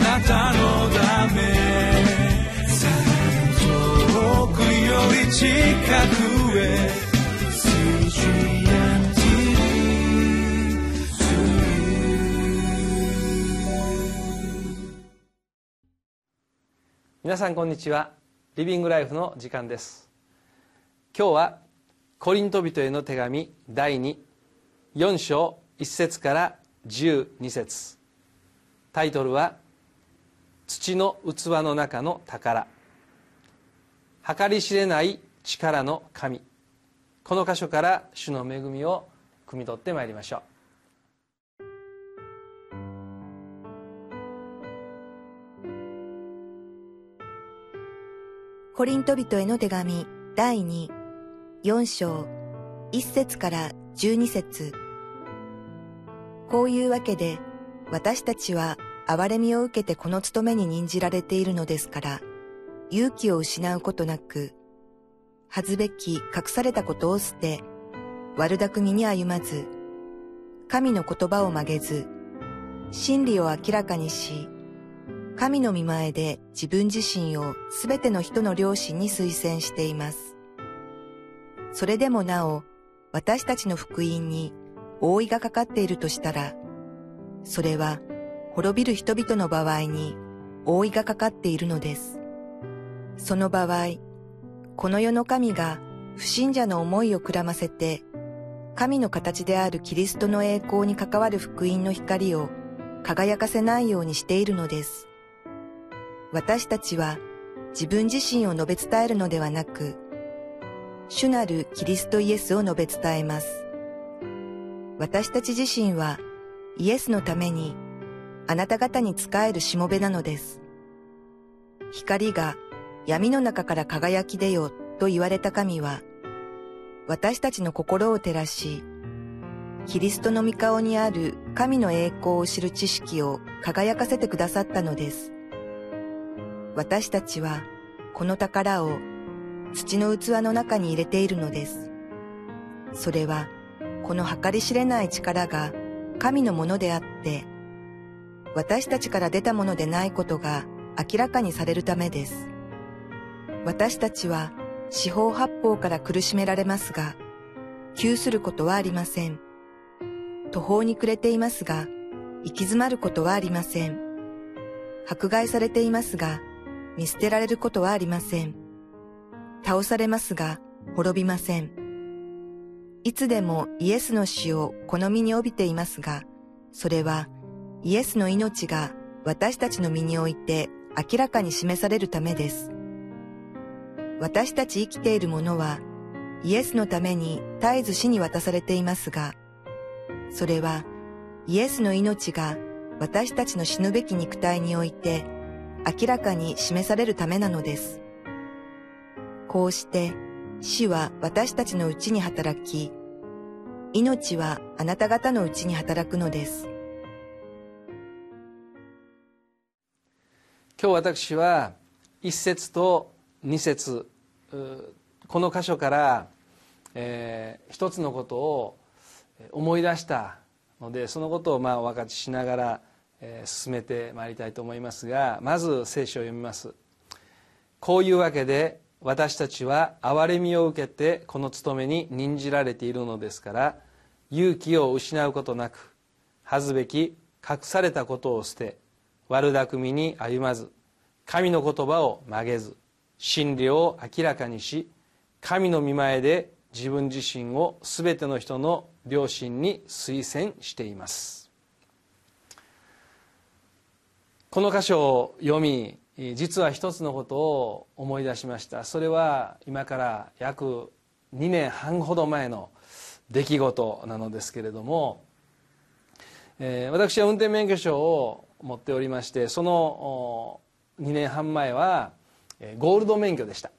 なたのため遠くより近くへ皆さんこんにちは。リビングライフの時間です。今日はコリント人への手紙第24章1節から12節、タイトルは土の器の中の宝、計り知れない力の神。この箇所から主の恵みを汲み取ってまいりましょう。 コリント人への手紙第4章1節から12節。こういうわけで私たちは憐れみを受けてこの務めに任じられているのですから、勇気を失うことなく、恥ずべき隠されたことを捨て、悪巧みに歩まず、神の言葉を曲げず、真理を明らかにし、神の御前で自分自身をすべての人の良心に推薦しています。それでもなお、私たちの福音に覆いがかかっているとしたら、それは滅びる人々の場合に覆いがかかっているのです。その場合、この世の神が不信者の思いをくらませて、神の形であるキリストの栄光に関わる福音の光を輝かせないようにしているのです。私たちは自分自身を述べ伝えるのではなく、主なるキリストイエスを述べ伝えます。私たち自身はイエスのためにあなた方に仕えるしもべなのです。光が闇の中から輝き出よと言われた神は、私たちの心を照らし、キリストの御顔にある神の栄光を知る知識を輝かせてくださったのです。私たちはこの宝を土の器の中に入れているのです。それはこの計り知れない力が神のものであって、私たちから出たものでないことが明らかにされるためです。私たちは四方八方から苦しめられますが、窮することはありません。途方に暮れていますが、行き詰まることはありません。迫害されていますが、見捨てられることはありません。倒されますが、滅びません。いつでもイエスの死を好みに帯びていますが、それはイエスの命が私たちの身において明らかに示されるためです。私たち生きているものはイエスのために絶えず死に渡されていますが、それはイエスの命が私たちの死ぬべき肉体において明らかに示されるためなのです。こうして死は私たちのうちに働き、命はあなた方のうちに働くのです。 今日私は1節と2節、この箇所から、一つのことを思い出したので、そのことをお分かちしながら、進めてまいりたいと思いますが、まず聖書を読みます。こういうわけで私たちは憐れみを受けてこの務めに任じられているのですから、勇気を失うことなく、恥ずべき隠されたことを捨て、悪巧みに歩まず、神の言葉を曲げず、真理を明らかにし、神の御前で自分自身をすべての人の良心に推薦しています。この箇所を読み、実は一つのことを思い出しました。それは今から約2年半ほど前の出来事なのですけれども、私は運転免許証を持っておりまして、その2年半前はゴールド免許でした。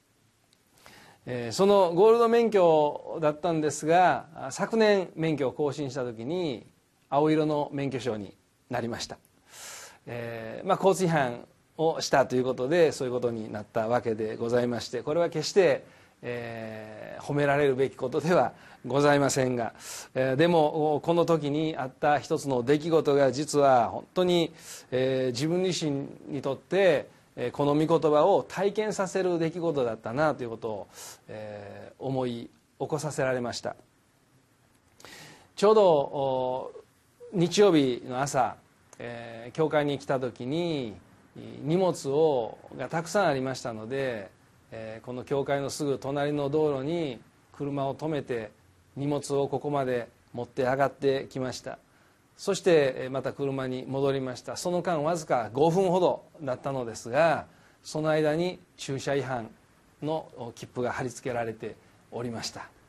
そのゴールド免許だったんですが、昨年免許を更新した時に青色の免許証になりました。交通違反をしたということでそういうことになったわけでございまして、これは決して褒められるべきことではございませんが、でもこの時にあった一つの出来事が実は本当に、自分自身にとってこの御言葉を体験させる出来事だったなということを、思い起こさせられました。ちょうど日曜日の朝、教会に来た時に荷物がたくさんありましたので、この教会のすぐ隣の道路に車を止めて荷物をここまで持って上がってきました。そしてまた車に戻りました。その間わずか5分ほどだったのですが、その間に駐車違反の切符が貼り付けられておりました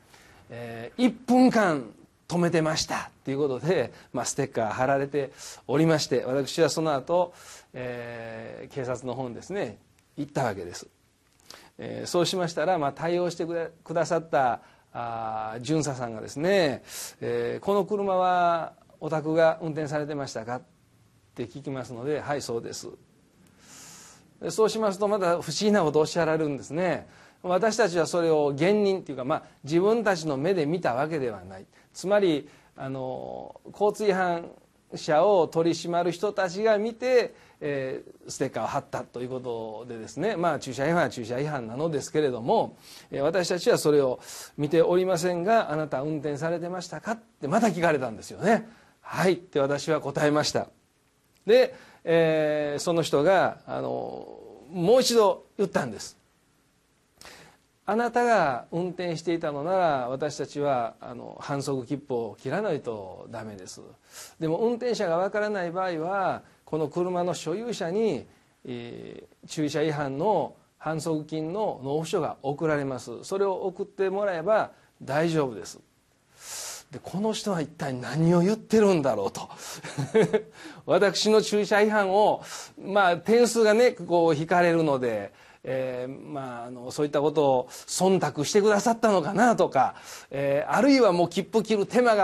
。1分間止めてましたということで、ステッカー貼られておりまして、私はその後、警察の方にですね行ったわけです。そうしましたら、対応してくださった巡査さんがですね、この車はお宅が運転されてましたかって聞きますので、はい、そうです。そうしますとまた不思議なことをおっしゃられるんですね。私たちはそれを現任というか、自分たちの目で見たわけではない。つまり交通違反者を取り締まる人たちが見て、ステッカーを貼ったということでですね、駐車違反は駐車違反なのですけれども、私たちはそれを見ておりませんが、あなた運転されてましたかってまた聞かれたんですよね。はいって私は答えました。で、その人がもう一度言ったんです。あなたが運転していたのなら私たちは反則切符を切らないとダメです。でも運転者がわからない場合はこの車の所有者に、駐車違反の反則金の納付書が送られます。それを送ってもらえば大丈夫です。でこの人は一体何を言ってるんだろうと私の駐車違反を、点数がねこう引かれるので、そういったことを忖度してくださったのかなとか、あるいはもう切符切る手間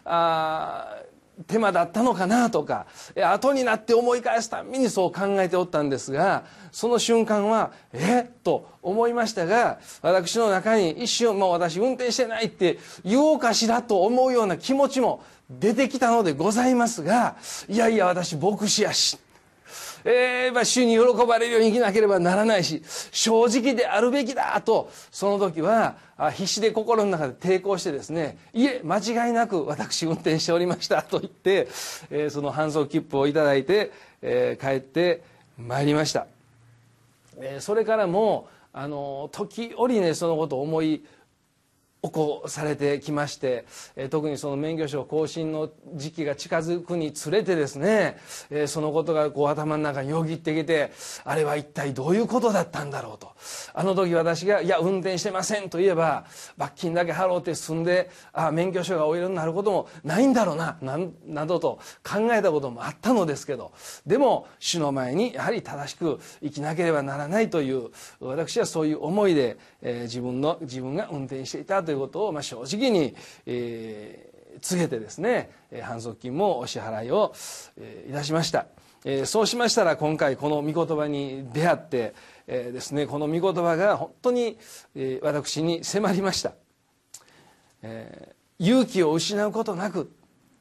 だったのかなとか、後になって思い返すたびにそう考えておったんですが、その瞬間はと思いましたが、私の中に一瞬私運転してないって言おうかしらと思うような気持ちも出てきたのでございますが、いやいや私牧師やし、主に喜ばれるように生きなければならないし、正直であるべきだとその時は必死で心の中で抵抗してですね、いえ間違いなく私運転しておりましたと言って、その反則切符をいただいて、帰ってまいりました。それからも時折ねそのことを思い起こされてきまして、特にその免許証更新の時期が近づくにつれてですね、そのことがこう頭の中によぎってきて、あれは一体どういうことだったんだろうと。あの時私が「いや運転してません」と言えば罰金だけ払うて済んで、免許証がお色になることもないんだろうなどと考えたこともあったのですけど、でも主の前にやはり正しく生きなければならないという、私はそういう思いで、自分が運転していたということを正直に、告げてですね、反則金もお支払いを、いたしました。そうしましたら今回この御言葉に出会って、ですね、この御言葉が本当に、私に迫りました。勇気を失うことなく、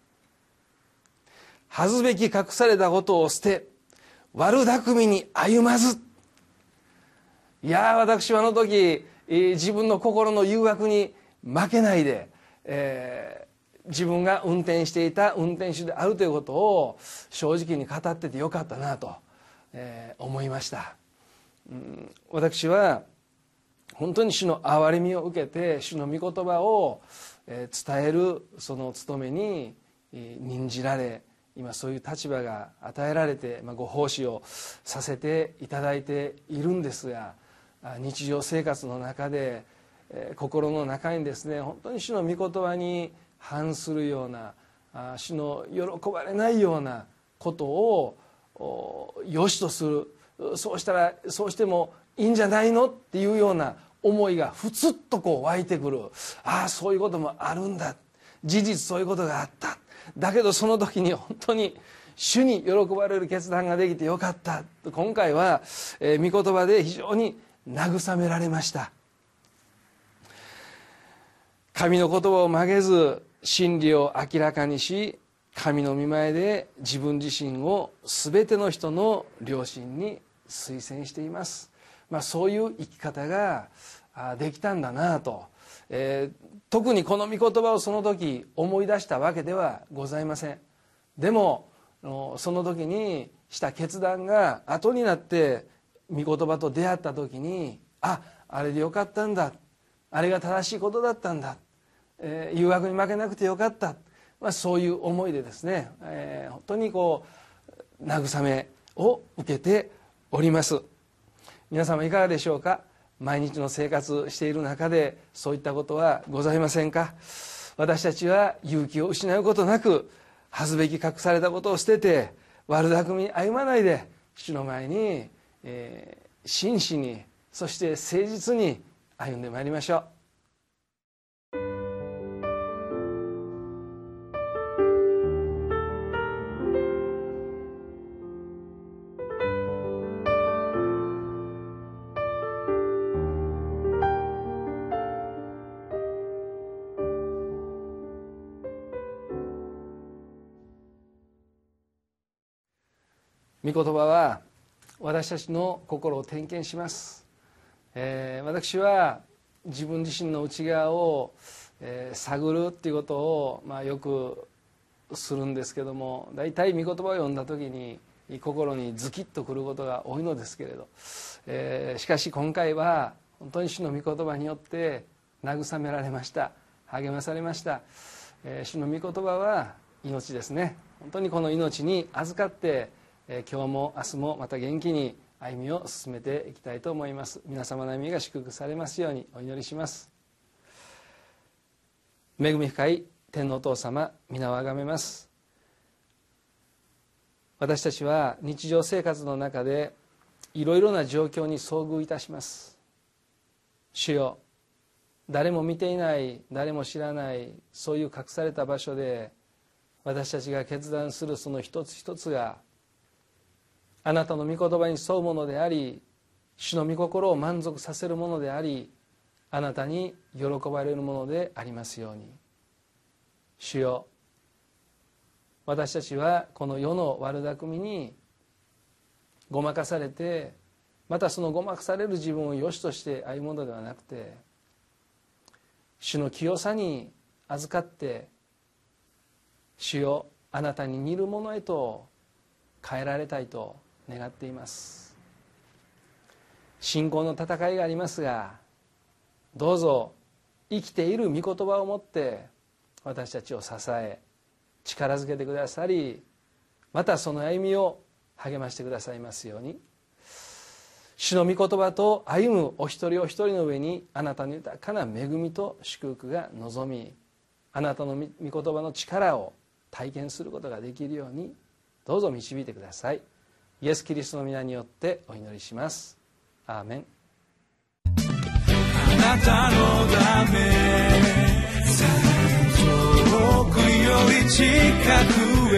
恥ずべき隠されたことを捨て、悪巧みに歩まず。いや私はあの時自分の心の誘惑に負けないで、自分が運転していた運転手であるということを正直に語っててよかったなと、思いました。私は本当に主の憐れみを受けて主の御言葉を伝えるその務めに任じられ、今そういう立場が与えられて、ご奉仕をさせていただいているんですが、日常生活の中で心の中にですね、本当に主の御言葉に反するような、主の喜ばれないようなことを良しとする、そうしてもいいんじゃないのっていうような思いがふつっとこう湧いてくる。そういうこともあるんだ、事実そういうことがあった、だけどその時に本当に主に喜ばれる決断ができてよかった。今回は御言葉で非常に慰められました。 神の言葉を曲げず真理を明らかにし、神の御前で自分自身を全ての人の良心に推薦しています。そういう生き方ができたんだなと、特にこの御言葉をその時思い出したわけではございません。でもその時にした決断が後になって御言葉と出会った時に、あれでよかったんだ、あれが正しいことだったんだ、誘惑に負けなくてよかった、そういう思いでですね、本当に慰めを受けております。皆様いかがでしょうか。毎日の生活している中でそういったことはございませんか。私たちは勇気を失うことなく、恥ずべき隠されたことを捨てて悪巧みに歩まないで、主の前に、真摯に、そして誠実に歩んでまいりましょう。御言葉は私たちの心を点検します。私は自分自身の内側を、探るっていうことを、よくするんですけども、大体御言葉を読んだ時に心にズキッとくることが多いのですけれど、しかし今回は本当に主の御言葉によって慰められました。励まされました。主の御言葉は命ですね。本当にこの命に預かって今日も明日もまた元気に歩みを進めていきたいと思います。皆様の歩みが祝福されますようにお祈りします。恵み深い天のお父様、皆をあがめます。私たちは日常生活の中でいろいろな状況に遭遇いたします。主よ、誰も見ていない、誰も知らない、そういう隠された場所で私たちが決断するその一つ一つがあなたの御言葉に沿うものであり、主の御心を満足させるものであり、あなたに喜ばれるものでありますように。主よ、私たちはこの世の悪巧みにごまかされて、またそのごまかされる自分を良しとして歩むのではなくて、主の清さに預かって、主よ、あなたに似るものへと変えられたいと願っています。信仰の戦いがありますが、どうぞ生きている御言葉をもって私たちを支え力づけてくださり、またその歩みを励ましてくださいますように。主の御言葉と歩むお一人お一人の上にあなたの豊かな恵みと祝福が望み、あなたの御言葉の力を体験することができるようにどうぞ導いてください。イエス・キリストの皆によってお祈りします。アーメン。 あなたのため遠くより近く